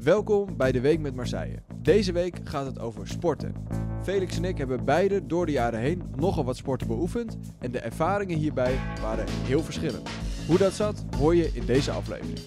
Welkom bij de Week met Marseille. Deze week gaat het over sporten. Felix en ik hebben beide door de jaren heen nogal wat sporten beoefend en de ervaringen hierbij waren heel verschillend. Hoe dat zat, hoor je in deze aflevering.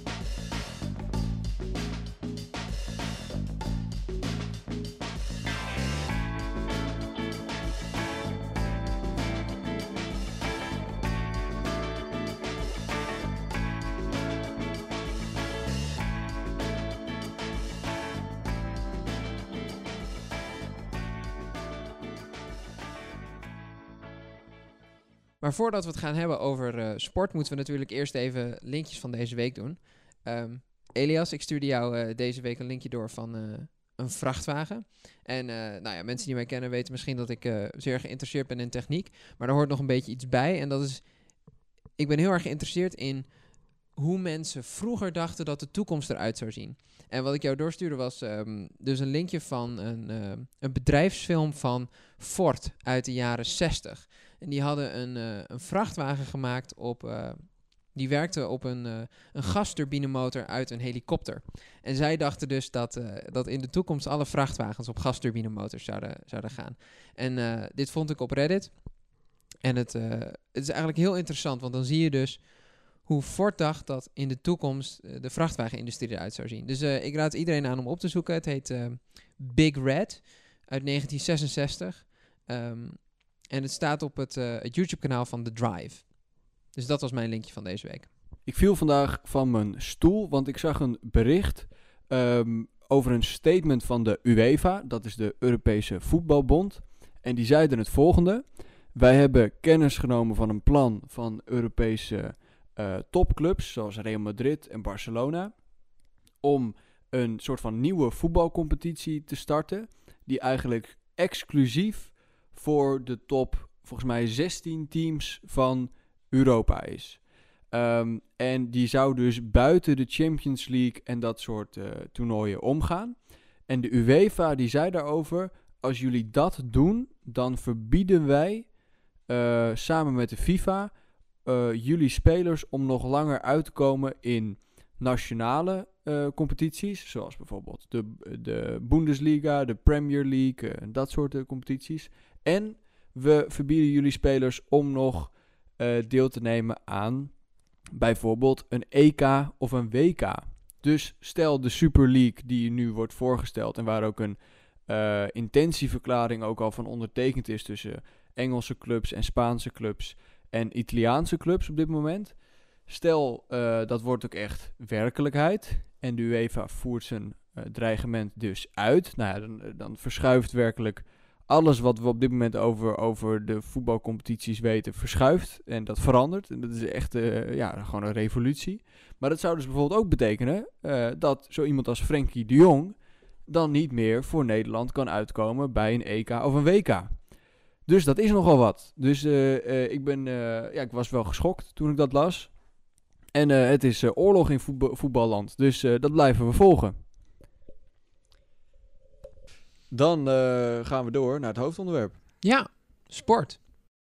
Maar voordat we het gaan hebben over sport, moeten we natuurlijk eerst even linkjes van deze week doen. Elias, ik stuurde jou deze week een linkje door van een vrachtwagen. En mensen die mij kennen weten misschien dat ik zeer geïnteresseerd ben in techniek. Maar er hoort nog een beetje iets bij. En dat is, ik ben heel erg geïnteresseerd in hoe mensen vroeger dachten dat de toekomst eruit zou zien. En wat ik jou doorstuurde was dus een linkje van een bedrijfsfilm van Ford uit de jaren 60. En die hadden een vrachtwagen gemaakt die werkte op een gasturbinemotor uit een helikopter. En zij dachten dus dat in de toekomst alle vrachtwagens op gasturbinemotors zouden gaan. En dit vond ik op Reddit. En het is eigenlijk heel interessant, want dan zie je dus hoe Ford dacht dat in de toekomst de vrachtwagenindustrie eruit zou zien. Dus ik raad iedereen aan om op te zoeken. Het heet Big Red uit 1966. En het staat op het YouTube-kanaal van The Drive. Dus dat was mijn linkje van deze week. Ik viel vandaag van mijn stoel, want ik zag een bericht over een statement van de UEFA. Dat is de Europese Voetbalbond. En die zeiden het volgende. Wij hebben kennis genomen van een plan van Europese topclubs, zoals Real Madrid en Barcelona, om een soort van nieuwe voetbalcompetitie te starten, die eigenlijk exclusief voor de top, volgens mij 16 teams van Europa is. En die zou dus buiten de Champions League en dat soort toernooien omgaan. En de UEFA die zei daarover, als jullie dat doen, dan verbieden wij samen met de FIFA jullie spelers om nog langer uit te komen in nationale competities, zoals bijvoorbeeld de Bundesliga, de Premier League, dat soort competities. En we verbieden jullie spelers om nog deel te nemen aan bijvoorbeeld een EK of een WK. Dus stel de Super League die nu wordt voorgesteld en waar ook een intentieverklaring ook al van ondertekend is tussen Engelse clubs en Spaanse clubs en Italiaanse clubs op dit moment. Stel, dat wordt ook echt werkelijkheid en de UEFA voert zijn dreigement dus uit. Nou ja, dan verschuift werkelijk alles wat we op dit moment over de voetbalcompetities weten, verschuift en dat verandert. En dat is echt gewoon een revolutie. Maar dat zou dus bijvoorbeeld ook betekenen dat zo iemand als Frenkie de Jong dan niet meer voor Nederland kan uitkomen bij een EK of een WK. Dus dat is nogal wat. Dus ik was wel geschokt toen ik dat las. En het is oorlog in voetballand. Dus dat blijven we volgen. Dan gaan we door naar het hoofdonderwerp. Ja, sport.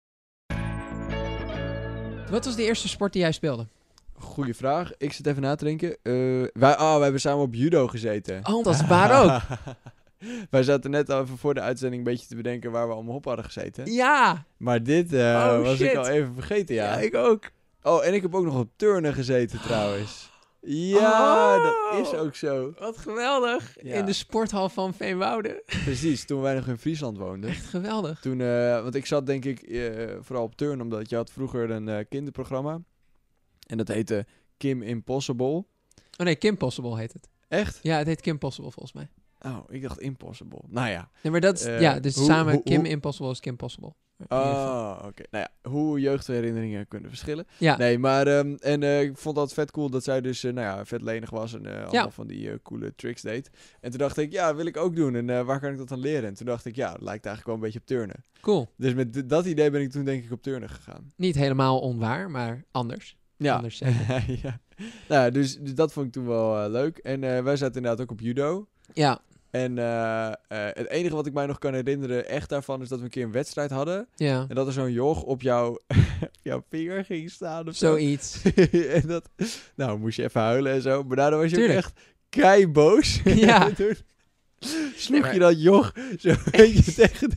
Wat was de eerste sport die jij speelde? Goeie vraag. Ik zit even na te denken. Wij hebben samen op judo gezeten. Oh, dat is waar ook. Wij zaten net al even voor de uitzending een beetje te bedenken waar we allemaal op hadden gezeten. Ja. Maar dit was shit. ik al even vergeten, ja. Ja, ik ook. Oh, en ik heb ook nog op turnen gezeten trouwens. Ja, dat is ook zo. Wat geweldig. Ja. In de sporthal van Veenwouden. Precies, toen wij nog in Friesland woonden. Echt geweldig. Toen, want ik zat denk ik vooral op turn, omdat je had vroeger een kinderprogramma. En dat heette Kim Impossible. Oh nee, Kim Possible heet het. Echt? Ja, het heet Kim Possible volgens mij. Oh, ik dacht Impossible. Nou ja. Nee, maar dat is, dus samen Kim Impossible is Kim Possible. Oh, oké. Nou ja, hoe jeugdherinneringen kunnen verschillen. Ja. Nee, maar ik vond dat vet cool dat zij dus vet lenig was en allemaal van die coole tricks deed. En toen dacht ik, ja, wil ik ook doen. En waar kan ik dat dan leren? En toen dacht ik, ja, het lijkt eigenlijk wel een beetje op turnen. Cool. Dus met dat idee ben ik toen denk ik op turnen gegaan. Niet helemaal onwaar, maar anders. Ja. Anders ja. Nou, dus dat vond ik toen wel leuk. En wij zaten inderdaad ook op judo. Ja. En het enige wat ik mij nog kan herinneren echt daarvan is dat we een keer een wedstrijd hadden. Ja. En dat er zo'n joch op jouw vinger ging staan of zo. Zoiets. En dat, nou, moest je even huilen en zo. Maar daardoor was je ook Tuurlijk. echt keiboos. Ja. En toen sloeg maar- je dat joch zo'n beetje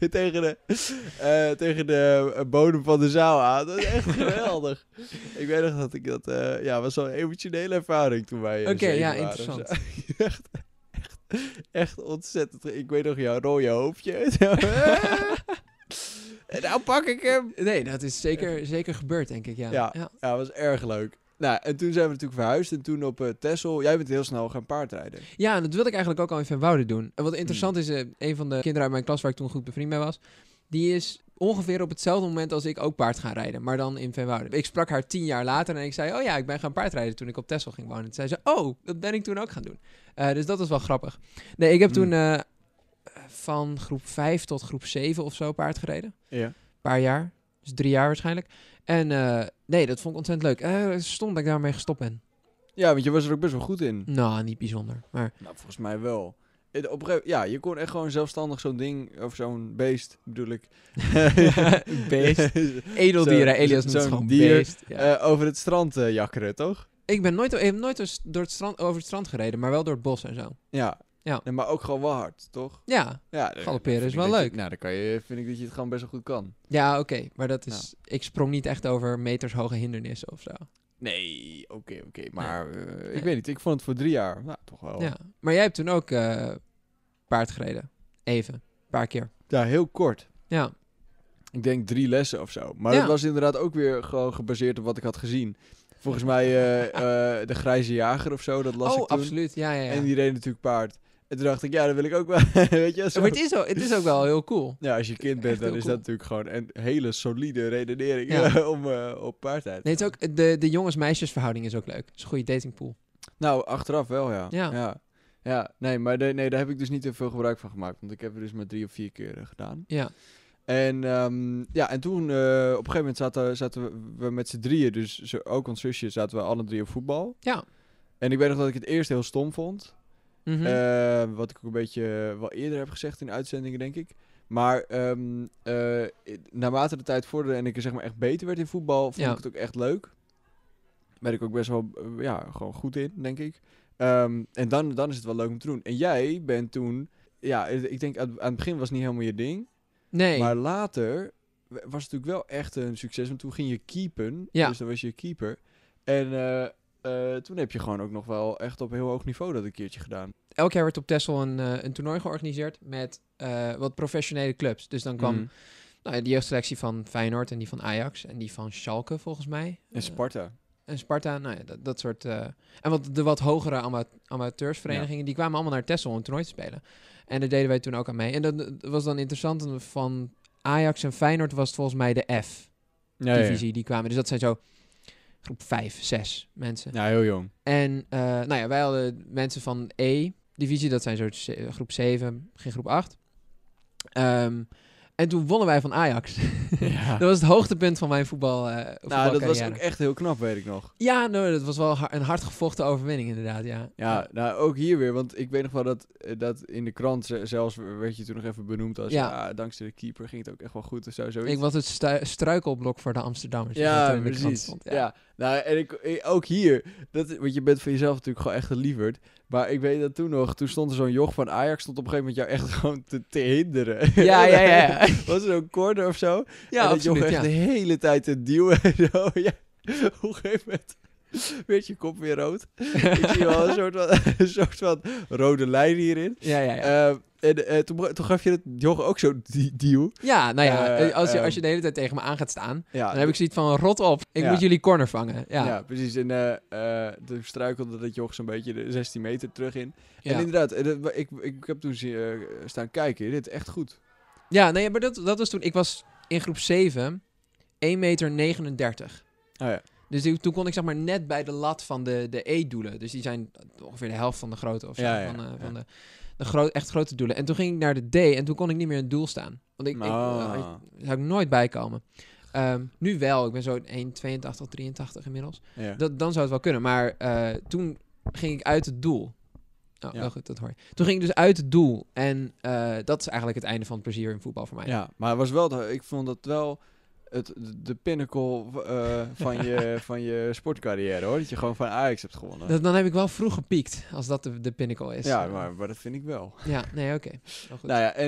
tegen de bodem van de zaal aan. Dat is echt geweldig. Ik weet nog dat ik dat... was zo'n emotionele ervaring toen wij Oké, 7 ja, waren of interessant. zo. echt ontzettend. Ik weet nog jouw rode hoofdje. En nou pak ik hem. Nee, dat is zeker gebeurd, denk ik. Ja. Ja, dat was erg leuk. Nou, en toen zijn we natuurlijk verhuisd. En toen op Texel. Jij bent heel snel gaan paardrijden. Ja, en dat wilde ik eigenlijk ook al in Venwoude doen. En wat interessant is, een van de kinderen uit mijn klas waar ik toen goed bevriend mee was, die is ongeveer op hetzelfde moment als ik ook paard gaan rijden, maar dan in Venwoude. Ik sprak haar 10 jaar later en ik zei, oh ja, ik ben gaan paardrijden toen ik op Texel ging wonen. Toen zei ze, oh, dat ben ik toen ook gaan doen. Dus dat was wel grappig. Nee, ik heb toen van groep 5 tot groep 7 of zo paard gereden. Ja. Een paar jaar. Dus 3 jaar waarschijnlijk. En nee, dat vond ik ontzettend leuk. Stom dat ik daarmee gestopt ben. Ja, want je was er ook best wel goed in. Nou, niet bijzonder. Maar Nou, volgens mij wel. Ja, je kon echt gewoon zelfstandig zo'n ding, of zo'n beest, bedoel ik. Beest. Edeldieren, Zo- Elias noemt het zo'n gewoon dier, beest. Ja. over het strand jakkeren, toch? Ik heb nooit dus over het strand gereden, maar wel door het bos en zo. Ja. Ja. Nee, maar ook gewoon wel hard, toch? Ja, Ja, Galopperen dan is vind wel ik leuk. Dan vind ik dat je het gewoon best wel goed kan. ja oké. Maar dat is... Ik sprong niet echt over metershoge hindernissen of zo. Nee, oké. Maar ik weet niet, ik vond het voor 3 jaar, nou, toch wel. Ja. Maar jij hebt toen ook paard gereden. Even. Een paar keer. Ja, heel kort. Ja. Ik denk 3 lessen of zo. Maar Ja. dat was inderdaad ook weer gewoon gebaseerd op wat ik had gezien. Volgens mij de Grijze Jager of zo, dat las ik toen. absoluut. Ja. En die reed natuurlijk paard. En toen dacht ik, ja, dat wil ik ook wel. Weet je, zo. Maar het is ook wel heel cool. Ja, als je kind bent, Echt dan heel is cool. dat natuurlijk gewoon een hele solide redenering Ja. om op paard uit te Nee, het is ook, de jongens-meisjes verhouding is ook leuk. Het is een goede datingpool. Nou, achteraf wel, ja. Ja. Ja, nee, maar nee, daar heb ik dus niet te veel gebruik van gemaakt. Want ik heb er dus maar 3 of 4 keer gedaan. Ja. En en toen op een gegeven moment zaten we met z'n drieën, dus ook ons zusje, zaten we alle 3 op voetbal. Ja. En ik weet nog dat ik het eerst heel stom vond. Mhm. Wat ik ook een beetje wel eerder heb gezegd in uitzendingen, denk ik. Maar naarmate de tijd vorderde en ik er zeg maar echt beter werd in voetbal, vond ik het ook echt leuk. Ben ik ook best wel gewoon goed in, denk ik. En dan is het wel leuk om te doen. En jij bent toen, ik denk aan het begin was het niet helemaal je ding. Nee. Maar later was het natuurlijk wel echt een succes. Want toen ging je keepen. Ja. Dus dan was je keeper. En toen heb je gewoon ook nog wel echt op heel hoog niveau dat een keertje gedaan. Elk jaar werd op Texel een toernooi georganiseerd met wat professionele clubs. Dus dan kwam Mhm. de jeugdselectie van Feyenoord en die van Ajax en die van Schalke volgens mij. En Sparta. En Sparta, dat soort... en de wat hogere amateursverenigingen, die kwamen allemaal naar Texel om een toernooi te spelen. En daar deden wij toen ook aan mee. En dat was dan interessant. Van Ajax en Feyenoord was het volgens mij de F-divisie die kwamen. Dus dat zijn zo groep 5, 6 mensen. Ja, heel jong. En wij hadden mensen van E-divisie, dat zijn zo groep 7, geen groep 8. En toen wonnen wij van Ajax. Ja. Dat was het hoogtepunt van mijn voetbal. Nou, dat voetbalcarrière. was ook echt heel knap, weet ik nog. Ja, dat was wel een hard gevochten overwinning inderdaad, ja. Ja, nou ook hier weer, want ik weet nog wel dat in de krant zelfs werd je toen nog even benoemd als dankzij de keeper ging het ook echt wel goed of zo. Zoiets. Ik was het struikelblok voor de Amsterdammers. wat Ja, er in de krant precies. stond, Ja. Nou, en ook hier, want je bent van jezelf natuurlijk gewoon echt een lieverd. Maar ik weet dat toen stond er zo'n joch van Ajax, stond op een gegeven moment jou echt gewoon te hinderen. Ja. Was er zo'n corner of zo? Ja, en dat absoluut, joch echt ja. de hele tijd te duwen en zo. Ja, op een gegeven moment werd je kop weer rood. Ik zie wel een soort van rode lijn hierin. Ja. Toen gaf je het joch ook zo duw. Ja, als je de hele tijd tegen me aan gaat staan, Ja, dan heb ik zoiets van, rot op, ik Ja. moet jullie corner vangen. Ja. Ja, precies. En toen struikelde dat joch zo'n beetje de 16 meter terug in. Ja. En inderdaad, ik heb toen staan kijken. Dit is echt goed. Ja, nee, maar dat was toen, ik was in groep 7, 1,39 meter. Oh ja. Dus toen kon ik zeg maar net bij de lat van de E-doelen. Dus die zijn ongeveer de helft van de grootte of zo. Ja, ja, van ja. de echt grote doelen. En toen ging ik naar de D en toen kon ik niet meer in het doel staan. Want daar zou ik nooit bij komen. Nu wel, ik ben zo 1,82, 83 inmiddels. Ja. Dan zou het wel kunnen. Maar toen ging ik uit het doel. Oh, Ja. wel goed, dat hoor je. Toen ging ik dus uit het doel. En dat is eigenlijk het einde van het plezier in voetbal voor mij. Ja, maar het was wel, ik vond dat wel de pinnacle van je sportcarrière, hoor. Dat je gewoon van Ajax hebt gewonnen. Dan heb ik wel vroeg gepiekt, als dat de pinnacle is. Ja, maar dat vind ik wel. Ja, nee, oké. Wel goed. Nou ja,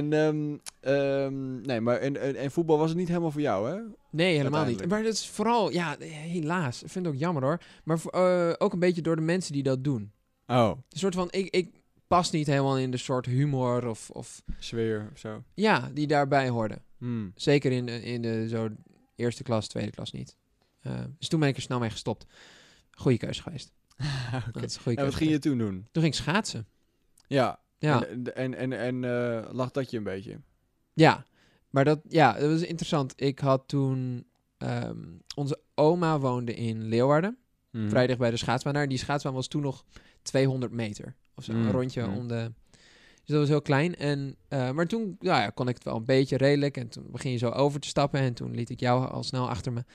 en voetbal was het niet helemaal voor jou, hè? Nee, helemaal niet. Uiteindelijk. Maar dat is vooral, ja, helaas. Ik vind het ook jammer hoor. Maar ook een beetje door de mensen die dat doen. Oh, Een soort van, ik pas niet helemaal in de soort humor of sfeer of zo. ja, die daarbij hoorden. Hmm. Zeker in de zo eerste klas, tweede klas niet. Dus toen ben ik er snel mee gestopt. Goeie keuze geweest. Oké. Dat is een goede En wat keuze ging je geweest. toen doen? Toen ging ik schaatsen. Ja. Ja. En lag dat je een beetje? Ja, maar dat was interessant. Ik had toen... onze oma woonde in Leeuwarden. Hmm. Vrij dicht bij de schaatsbaan daar. Die schaatsbaan was toen nog 200 meter. Of zo, een rondje om de... Dus dat was heel klein. En, maar toen kon ik het wel een beetje redelijk. En toen begin je zo over te stappen. En toen liet ik jou al snel achter me.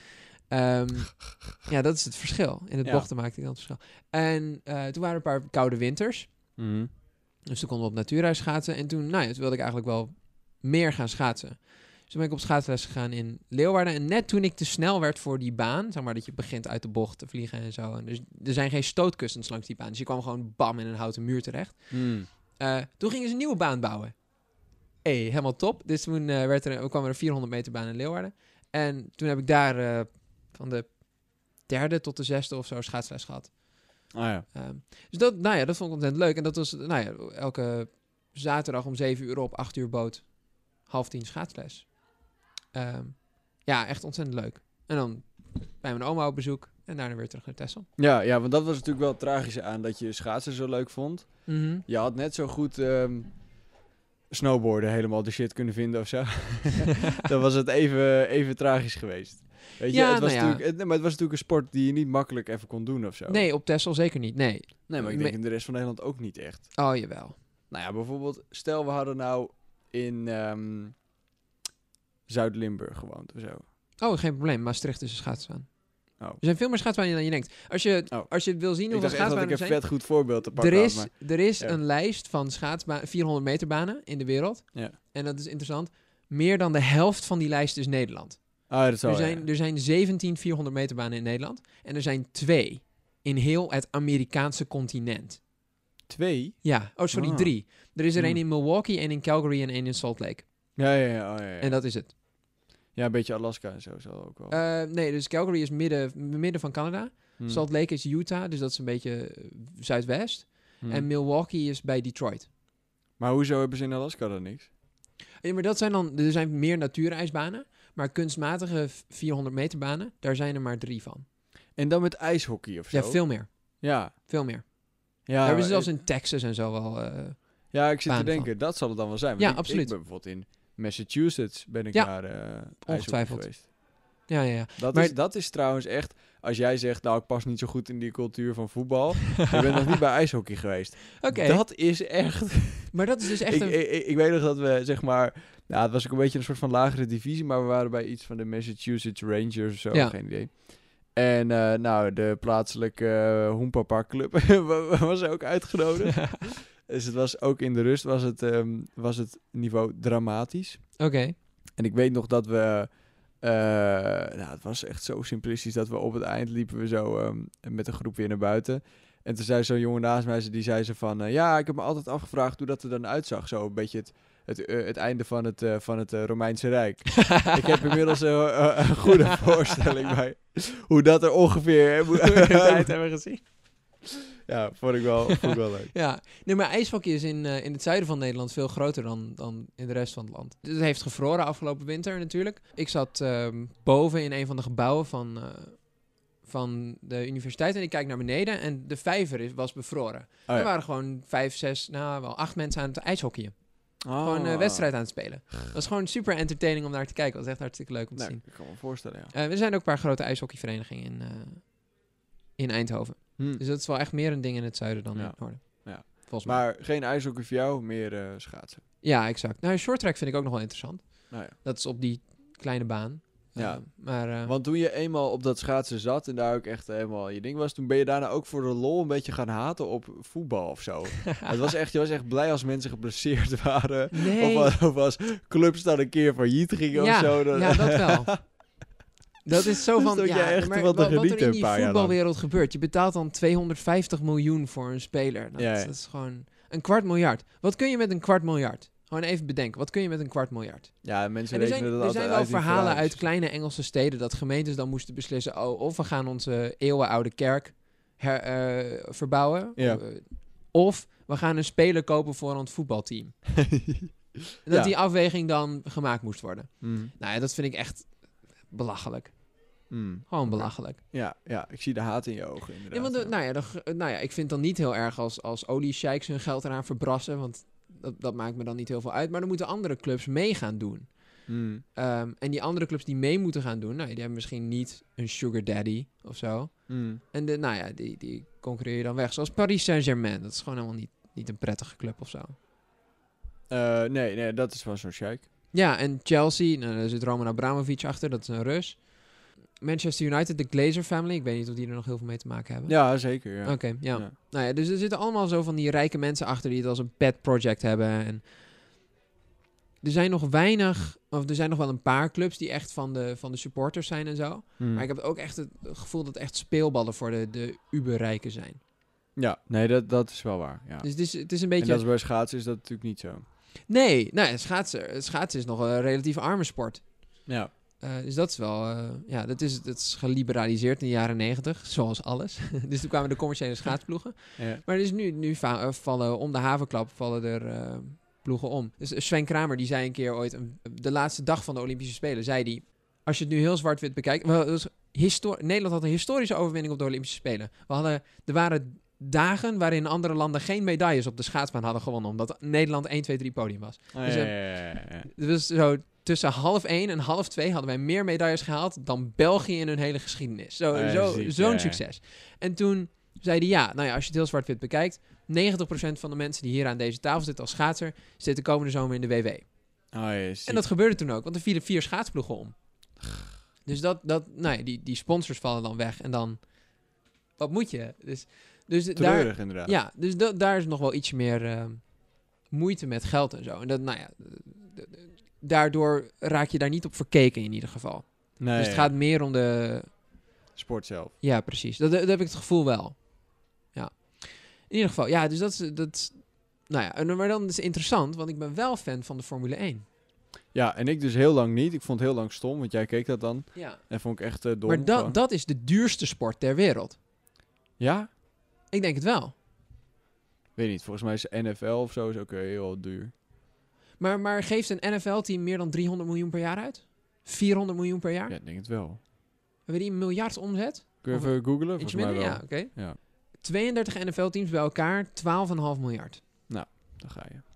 Ja, dat is het verschil. In het bochten maakte ik dan het verschil. En toen waren er een paar koude winters. Hmm. Dus toen konden we op natuurhuis schaatsen. En toen wilde ik eigenlijk wel meer gaan schaatsen. Dus toen ben ik op schaatsles gegaan in Leeuwarden. En net toen ik te snel werd voor die baan, zeg maar dat je begint uit de bocht te vliegen en zo. En dus er zijn geen stootkussens langs die baan. Dus je kwam gewoon bam in een houten muur terecht. Hmm. Toen gingen ze een nieuwe baan bouwen. Helemaal top. Dus toen kwam er een 400 meter baan in Leeuwarden. En toen heb ik daar van de 3e tot de 6e of zo schaatsles gehad. Ah ja. Dus dat vond ik ontzettend leuk. En dat was elke zaterdag om 7 uur op, 8 uur boot, 9:30 schaatsles. Ja, echt ontzettend leuk. En dan bij mijn oma op bezoek en daarna weer terug naar Texel. Ja, want dat was natuurlijk wel het tragische aan dat je schaatsen zo leuk vond. Mhm. Je had net zo goed snowboarden helemaal de shit kunnen vinden of zo. Dan was het even tragisch geweest. Weet je, Ja, het was nou ja. natuurlijk, maar het was natuurlijk een sport die je niet makkelijk even kon doen of zo. Nee, op Texel zeker niet. Nee. Nee, maar ik denk in de rest van Nederland ook niet echt. Oh, jawel. Nou ja, bijvoorbeeld, stel we hadden nou in Zuid-Limburg gewoond of zo. Oh, geen probleem. Maastricht is een schaatsbaan. Oh. Er zijn veel meer schaatsbanen dan je denkt. Als je wil zien Ik hoeveel dacht echt dat schaatsbanen ik er een zijn... vet goed voorbeeld te pakken had. Maar... Er is ja. een lijst van 400 meter banen in de wereld. Ja. En dat is interessant. Meer dan de helft van die lijst is Nederland. Ah, dat zou Er zijn 17 400 meter banen in Nederland. En er zijn 2 in heel het Amerikaanse continent. 2? Ja, 3. Er is er één in Milwaukee, één in Calgary en één in Salt Lake. Ja. En dat is het. Ja, een beetje Alaska en zo zal ook wel. Nee, dus Calgary is midden van Canada. Salt Lake is Utah, dus dat is een beetje zuidwest. En Milwaukee is bij Detroit. Maar hoezo hebben ze in Alaska dan niks? Ja, maar er zijn meer natuurijsbanen. Maar kunstmatige 400 meter banen, daar zijn er maar 3 van. En dan met ijshockey of zo? Ja, veel meer. Ja. Veel meer. Ja, Daar hebben ze zelfs in Texas en zo wel... ja, ik zit te banen denken, van. dat zal het dan wel zijn. Ja, Want absoluut. Ik ben bijvoorbeeld in Massachusetts ben ik Ja, naar ijshockey ongetwijfeld. geweest. Ja. Dat is trouwens echt, als jij zegt, nou ik pas niet zo goed in die cultuur van voetbal. Je bent nog niet bij ijshockey geweest. Oké. Dat is echt... Maar dat is dus echt ik weet nog dat we, zeg maar... Nou, het was ook een beetje een soort van lagere divisie, maar we waren bij iets van de Massachusetts Rangers of zo, Ja. geen idee. En de plaatselijke Hoempapa Club was ook uitgenodigd. Dus het was ook in de rust was het niveau dramatisch. Oké. En ik weet nog dat we... het was echt zo simplistisch dat we op het eind liepen we zo met een groep weer naar buiten. En toen zei zo'n jongen naast mij, die zei ze van... ja, ik heb me altijd afgevraagd hoe dat er dan uitzag. Zo een beetje het einde van het Romeinse Rijk. Ik heb inmiddels een goede voorstelling bij hoe dat er ongeveer... tijd hebben gezien. Ja, vond ik wel leuk. Ja, nee, maar ijshockey is in het zuiden van Nederland veel groter dan in de rest van het land. Het heeft gevroren afgelopen winter natuurlijk. Ik zat boven in een van de gebouwen van de universiteit en ik kijk naar beneden en de vijver was bevroren. ja. Er waren gewoon 5, 6, wel 8 mensen aan het ijshockeyen. Oh. Gewoon een wedstrijd aan het spelen. Dat was gewoon super entertaining om naar te kijken. Dat was echt hartstikke leuk om te zien. Ik kan me voorstellen, ja. Er zijn ook een paar grote ijshockeyverenigingen in Eindhoven. Dus dat is wel echt meer een ding in het zuiden dan in het noorden. Ja. Volgens mij. Maar geen ijshockey voor jou, meer schaatsen. Ja, exact. Nou, shorttrack vind ik ook nog wel interessant. Nou ja. Dat is op die kleine baan. Ja. Maar, Want toen je eenmaal op dat schaatsen zat en daar ook echt helemaal je ding was, toen ben je daarna ook voor de lol een beetje gaan haten op voetbal of zo. Je was echt blij als mensen geblesseerd waren. nee. Of als clubs dan een keer failliet gingen of zo. Ja, dat wel. Dat is zo Dus van, dat ja, jij echt maar wat te wat er genieten in een die paar jaar lang. voetbalwereld gebeurt. Je betaalt dan 250 miljoen voor een speler. Dat, Ja. dat is gewoon een kwart miljard. Wat kun je met een kwart miljard? Gewoon even bedenken, wat kun je met een kwart miljard? Ja, mensen En er rekenen dat er altijd zijn wel uit in verhalen Ferraris. uit kleine Engelse steden dat gemeentes dan moesten beslissen, oh, of we gaan onze eeuwenoude kerk verbouwen, Ja. of we gaan een speler kopen voor ons voetbalteam. En dat Ja. die afweging dan gemaakt moest worden. Mm. Nou ja, dat vind ik echt belachelijk. Mm. Gewoon Oké. belachelijk. Ja, ik zie de haat in je ogen inderdaad. Ja, want, nou ja, ik vind dan niet heel erg als oliesheiks hun geld eraan verbrassen, want dat maakt me dan niet heel veel uit. Maar dan moeten andere clubs mee gaan doen. Mm. En die andere clubs die mee moeten gaan doen, nou, die hebben misschien niet een sugar daddy of zo. Mm. En die concurreer je dan weg. Zoals Paris Saint-Germain. Dat is gewoon helemaal niet een prettige club of zo. Nee, dat is wel zo'n sheik. Ja, en Chelsea, nou, daar zit Roman Abramovich achter, dat is een Rus. Manchester United, de Glazer family. Ik weet niet of die er nog heel veel mee te maken hebben. Ja, zeker. Ja. Oké, ja. Ja. Nou ja, dus er zitten allemaal zo van die rijke mensen achter die het als een pet project hebben. En er zijn nog weinig, of er zijn nog wel een paar clubs die echt van de supporters zijn en zo. Mm. Maar ik heb ook echt het gevoel dat het echt speelballen voor de uberrijken zijn. Ja, nee, dat is wel waar. Ja. Dus het is een En beetje... dat is bij schaatsen is dat natuurlijk niet zo. Nee, schaatsen is nog een relatief arme sport. Ja. Dus dat is wel... dat is geliberaliseerd in de jaren 90, zoals alles. Dus toen kwamen de commerciële schaatsploegen. Ja. Maar dus nu vallen om de havenklap vallen er ploegen om. Dus Sven Kramer die zei een keer ooit, de laatste dag van de Olympische Spelen, zei hij, als je het nu heel zwart-wit bekijkt... Nederland had een historische overwinning op de Olympische Spelen. Er waren dagen waarin andere landen geen medailles op de schaatsbaan hadden gewonnen, omdat Nederland 1, 2, 3 podium was. Dus, Ja. Dus zo tussen 1:30 en 1:30 hadden wij meer medailles gehaald dan België in hun hele geschiedenis. Zo'n succes. En toen zei hij, nou ja, als je het heel zwart-wit bekijkt, 90% van de mensen die hier aan deze tafel zitten als schaatser, zitten komende zomer in de WW. En dat gebeurde toen ook, want er vielen 4 schaatsploegen om. Dus die sponsors vallen dan weg en dan, wat moet je? Dus treurig inderdaad. Ja, dus daar is nog wel iets meer moeite met geld en zo. En dat, daardoor raak je daar niet op verkeken in ieder geval. Nee, Dus het gaat meer om de... sport zelf. Ja, precies. Dat heb ik het gevoel wel. Ja. In ieder geval, ja, dus dat nou ja, maar dan is het interessant, want ik ben wel fan van de Formule 1. Ja, en ik dus heel lang niet. Ik vond het heel lang stom, want jij keek dat dan. Ja. En vond ik echt dom. Maar dat is de duurste sport ter wereld. Ja? Ik denk het wel. Weet niet, volgens mij is NFL of zo is ook heel duur. Maar geeft een NFL-team meer dan 300 miljoen per jaar uit? 400 miljoen per jaar? Ja, ik denk het wel. Hebben die een miljard omzet? Kun je even googlen? Volgens Iets mij minder? wel. Ja, oké. Ja, 32 NFL-teams bij elkaar, 12,5 miljard. dan ga je.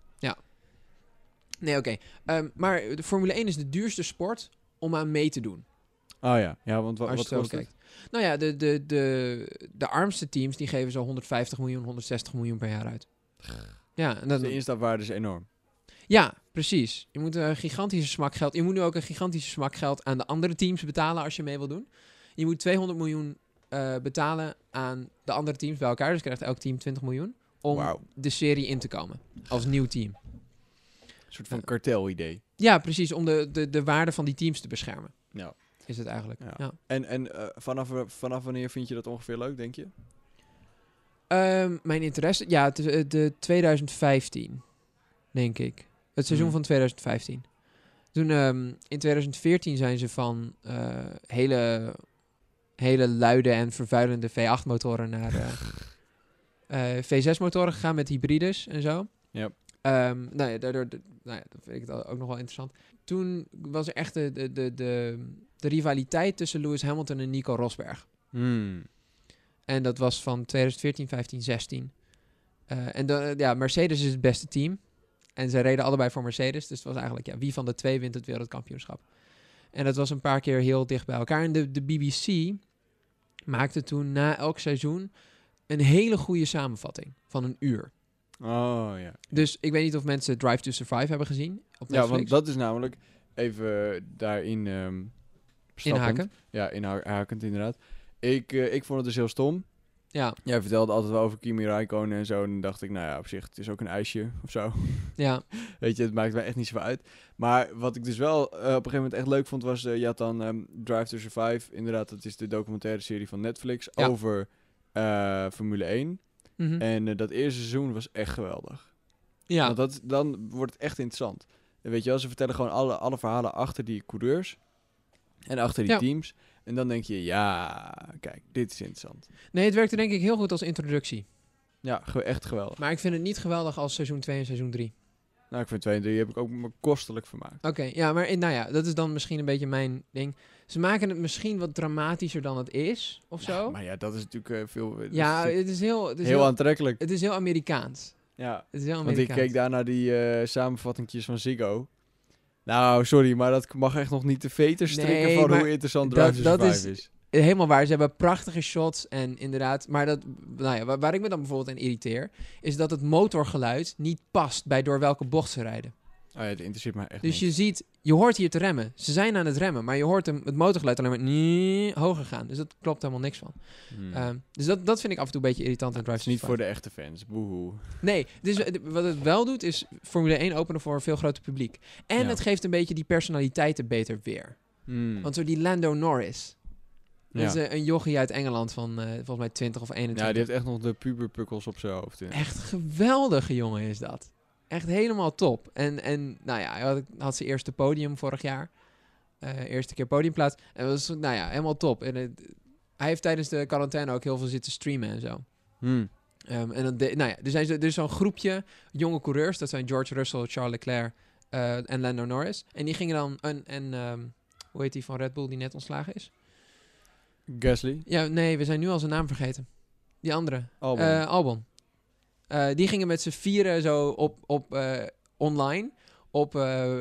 Nee, oké. Maar de Formule 1 is de duurste sport om aan mee te doen. Oh ja, ja, want Als je wat het zo kost het? kijkt. Nou ja, de armste teams die geven zo 150 miljoen, 160 miljoen per jaar uit. Ja, en Dus de instapwaarde is enorm. ja, precies. Je moet een gigantische smak geld. Je moet nu ook een gigantische smak geld aan de andere teams betalen als je mee wil doen. Je moet 200 miljoen betalen aan de andere teams bij elkaar. Dus krijgt elk team 20 miljoen om Wauw. de serie in te komen als nieuw team. Een soort van kartelidee. Ja, precies. Om de waarde van die teams te beschermen. Ja. Is het eigenlijk. Ja. Ja. En vanaf wanneer vind je dat ongeveer leuk, denk je? Mijn interesse? Ja, de 2015, denk ik. Het seizoen van 2015. Toen in 2014 zijn ze van hele luide en vervuilende V8-motoren naar V6-motoren gegaan met hybrides en zo. Ja. Daardoor, dat vind ik het ook nog wel interessant. Toen was er echt de rivaliteit tussen Lewis Hamilton en Nico Rosberg. En dat was van 2014, 15, 16. Mercedes is het beste team. En ze reden allebei voor Mercedes. Dus het was eigenlijk, wie van de twee wint het wereldkampioenschap. En dat was een paar keer heel dicht bij elkaar. En de BBC maakte toen na elk seizoen een hele goede samenvatting van 1 uur. Oh ja. Dus ik weet niet of mensen Drive to Survive hebben gezien op Netflix. Ja, want dat is namelijk even daarin inhaken. Ja, inhakend inderdaad. Ik vond het dus heel stom. Ja, Jij vertelde altijd wel over Kimi Räikkönen en zo. En dan dacht ik, nou ja, op zich, het is ook een ijsje of zo. ja, Weet je, het maakt mij echt niet zoveel uit. Maar wat ik dus wel op een gegeven moment echt leuk vond, was... je had dan Drive to Survive. Inderdaad, dat is de documentaire serie van Netflix Ja. over Formule 1. mhm. En dat eerste seizoen was echt geweldig. Ja, Want dan wordt het echt interessant. En weet je wel, ze vertellen gewoon alle verhalen achter die coureurs. En achter die Ja. teams. En dan denk je, ja, kijk, dit is interessant. nee, het werkte denk ik heel goed als introductie. Ja, echt geweldig. Maar ik vind het niet geweldig als seizoen 2 en seizoen 3. Nou, ik vind 2 en 3 heb ik ook me kostelijk vermaakt. Oké, ja, maar nou ja, dat is dan misschien een beetje mijn ding. Ze maken het misschien wat dramatischer dan het is, of Ja, zo. maar ja, dat is natuurlijk veel... dat is Ja, natuurlijk het is heel... heel aantrekkelijk. Het is heel Amerikaans. Ja, Het is heel want ik Amerikaans. keek daar naar die samenvattingjes van Ziggo. Nou, sorry, maar dat mag echt nog niet te veter strikken Nee, van maar hoe interessant dat- Drive to dat Survive is. Helemaal waar. Ze hebben prachtige shots en inderdaad... Maar dat, nou ja, waar ik me dan bijvoorbeeld aan irriteer... is dat het motorgeluid niet past bij door welke bocht ze rijden. Oh ja, dat interesseert mij echt Dus niet. je hoort hier te remmen. Ze zijn aan het remmen, maar je hoort het motorgeluid alleen maar hoger gaan. Dus dat klopt helemaal niks van. Dus dat vind ik af en toe een beetje irritant aan Het Drive is to niet voor Survive. de echte fans, boehoe. Nee, dus wat het wel doet is Formule 1 openen voor een veel groter publiek. En Ja. het geeft een beetje die personaliteiten beter weer. Want zo die Lando Norris. Dat is een jochie uit Engeland van volgens mij 20 of 21. Ja, die heeft echt nog de puberpukkels op zijn hoofd. Ja. Echt geweldige jongen is dat. Echt helemaal top. En nou ja, hij had zijn eerste podium vorig jaar. Eerste keer podiumplaats. En dat was nou ja, helemaal top. En hij heeft tijdens de quarantaine ook heel veel zitten streamen en zo. En dan nou ja, er is zo'n groepje jonge coureurs. Dat zijn George Russell, Charles Leclerc en Lando Norris. En die gingen dan... hoe heet die van Red Bull die net ontslagen is? Gasly? Ja, nee, we zijn nu al zijn naam vergeten. Die andere. Albon. Albon. Die gingen met z'n vieren zo op online op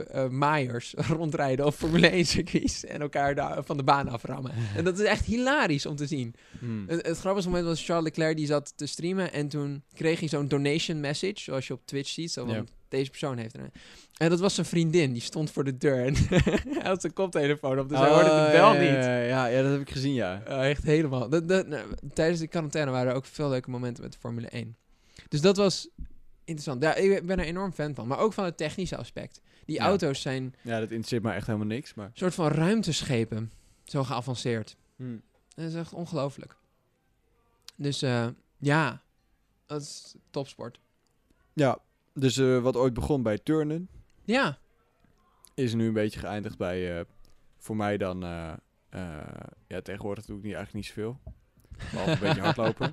Myers rondrijden op Formule 1 circuits en elkaar daar van de baan aframmen. En dat is echt hilarisch om te zien. Het grappigste moment was Charles Leclerc die zat te streamen en toen kreeg hij zo'n donation message, zoals je op Twitch ziet, zo van Ja. deze persoon heeft er. En dat was zijn vriendin, die stond voor de deur en hij had zijn koptelefoon op, dus hij hoorde de bel niet. Ja, dat heb ik gezien, ja. Echt helemaal. Tijdens de quarantaine waren er ook veel leuke momenten met de Formule 1. Dus dat was interessant. Ja, ik ben er enorm fan van. Maar ook van het technische aspect. Die Ja. auto's zijn een Ja, dat interesseert mij echt helemaal niks, maar... soort van ruimteschepen. Zo geavanceerd. Dat is echt ongelooflijk. Dus ja, dat is topsport. Ja, dus wat ooit begon bij turnen, Ja, is nu een beetje geëindigd bij, voor mij dan, ja, tegenwoordig doe ik eigenlijk niet zoveel. Behalve een beetje hardlopen.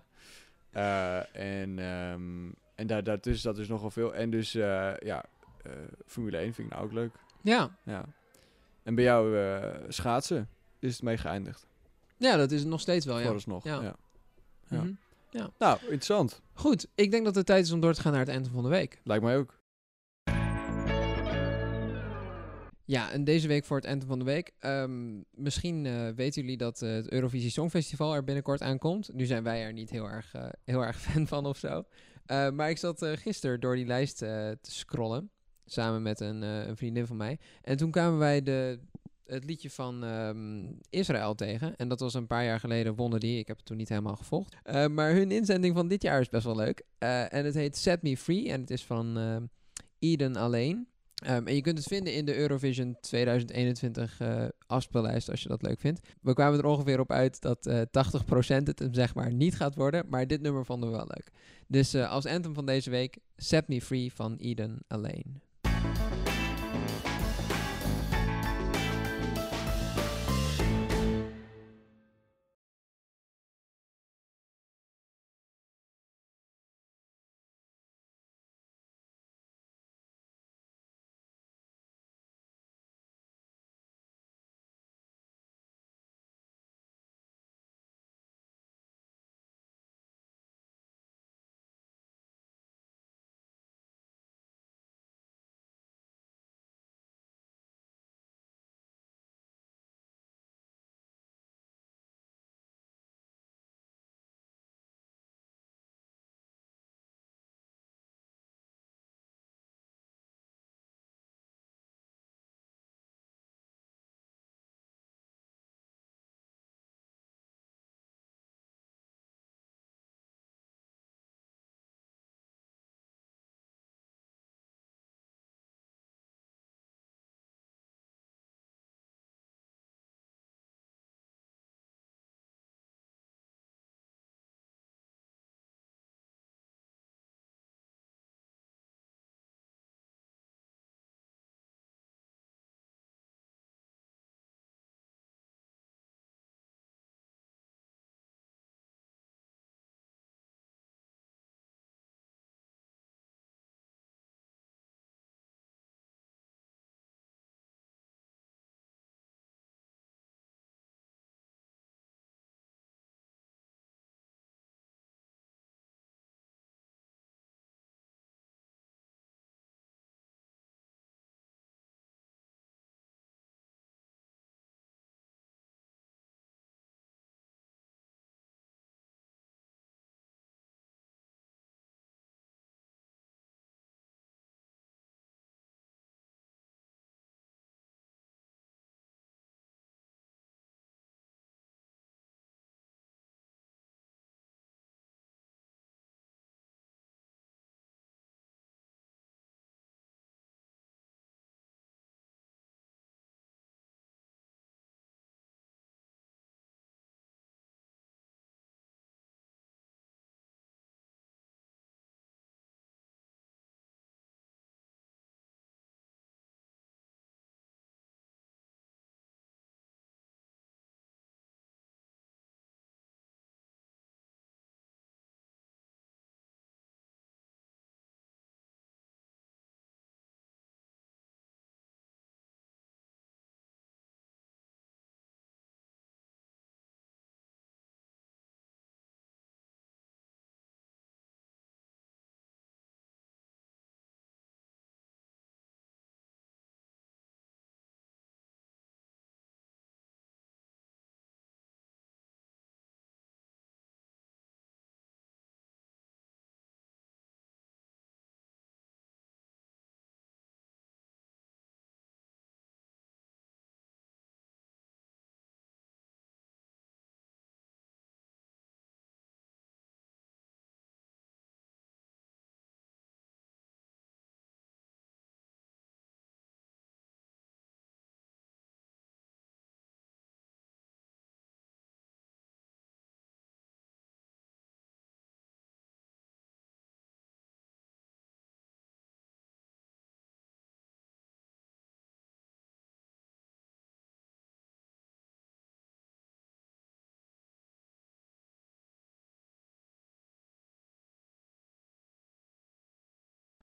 En daartussen zat dus nogal veel. En dus, Formule 1 vind ik nou ook leuk. ja. Ja. En bij jou schaatsen is het mee geëindigd. Ja, dat is het nog steeds wel, ja. Vooralsnog. Ja. Ja. Ja. Mhm. Nou, interessant. Goed, ik denk dat het tijd is om door te gaan naar het eind van de week. Lijkt mij ook. Ja, en deze week voor het eind van de week. Misschien weten jullie dat het Eurovisie Songfestival er binnenkort aankomt. Nu zijn wij er niet heel erg fan van of zo. Maar ik zat gisteren door die lijst te scrollen. Samen met een vriendin van mij. En toen kwamen wij het liedje van Israël tegen. En dat was een paar jaar geleden, wonnen die. Ik heb het toen niet helemaal gevolgd. Maar hun inzending van dit jaar is best wel leuk. En het heet Set Me Free. En het is van Eden Alleen. En je kunt het vinden in de Eurovision 2021 afspeellijst als je dat leuk vindt. We kwamen er ongeveer op uit dat 80% het hem zeg maar niet gaat worden. Maar dit nummer vonden we wel leuk. Dus als anthem van deze week, Set Me Free van Eden Alleen.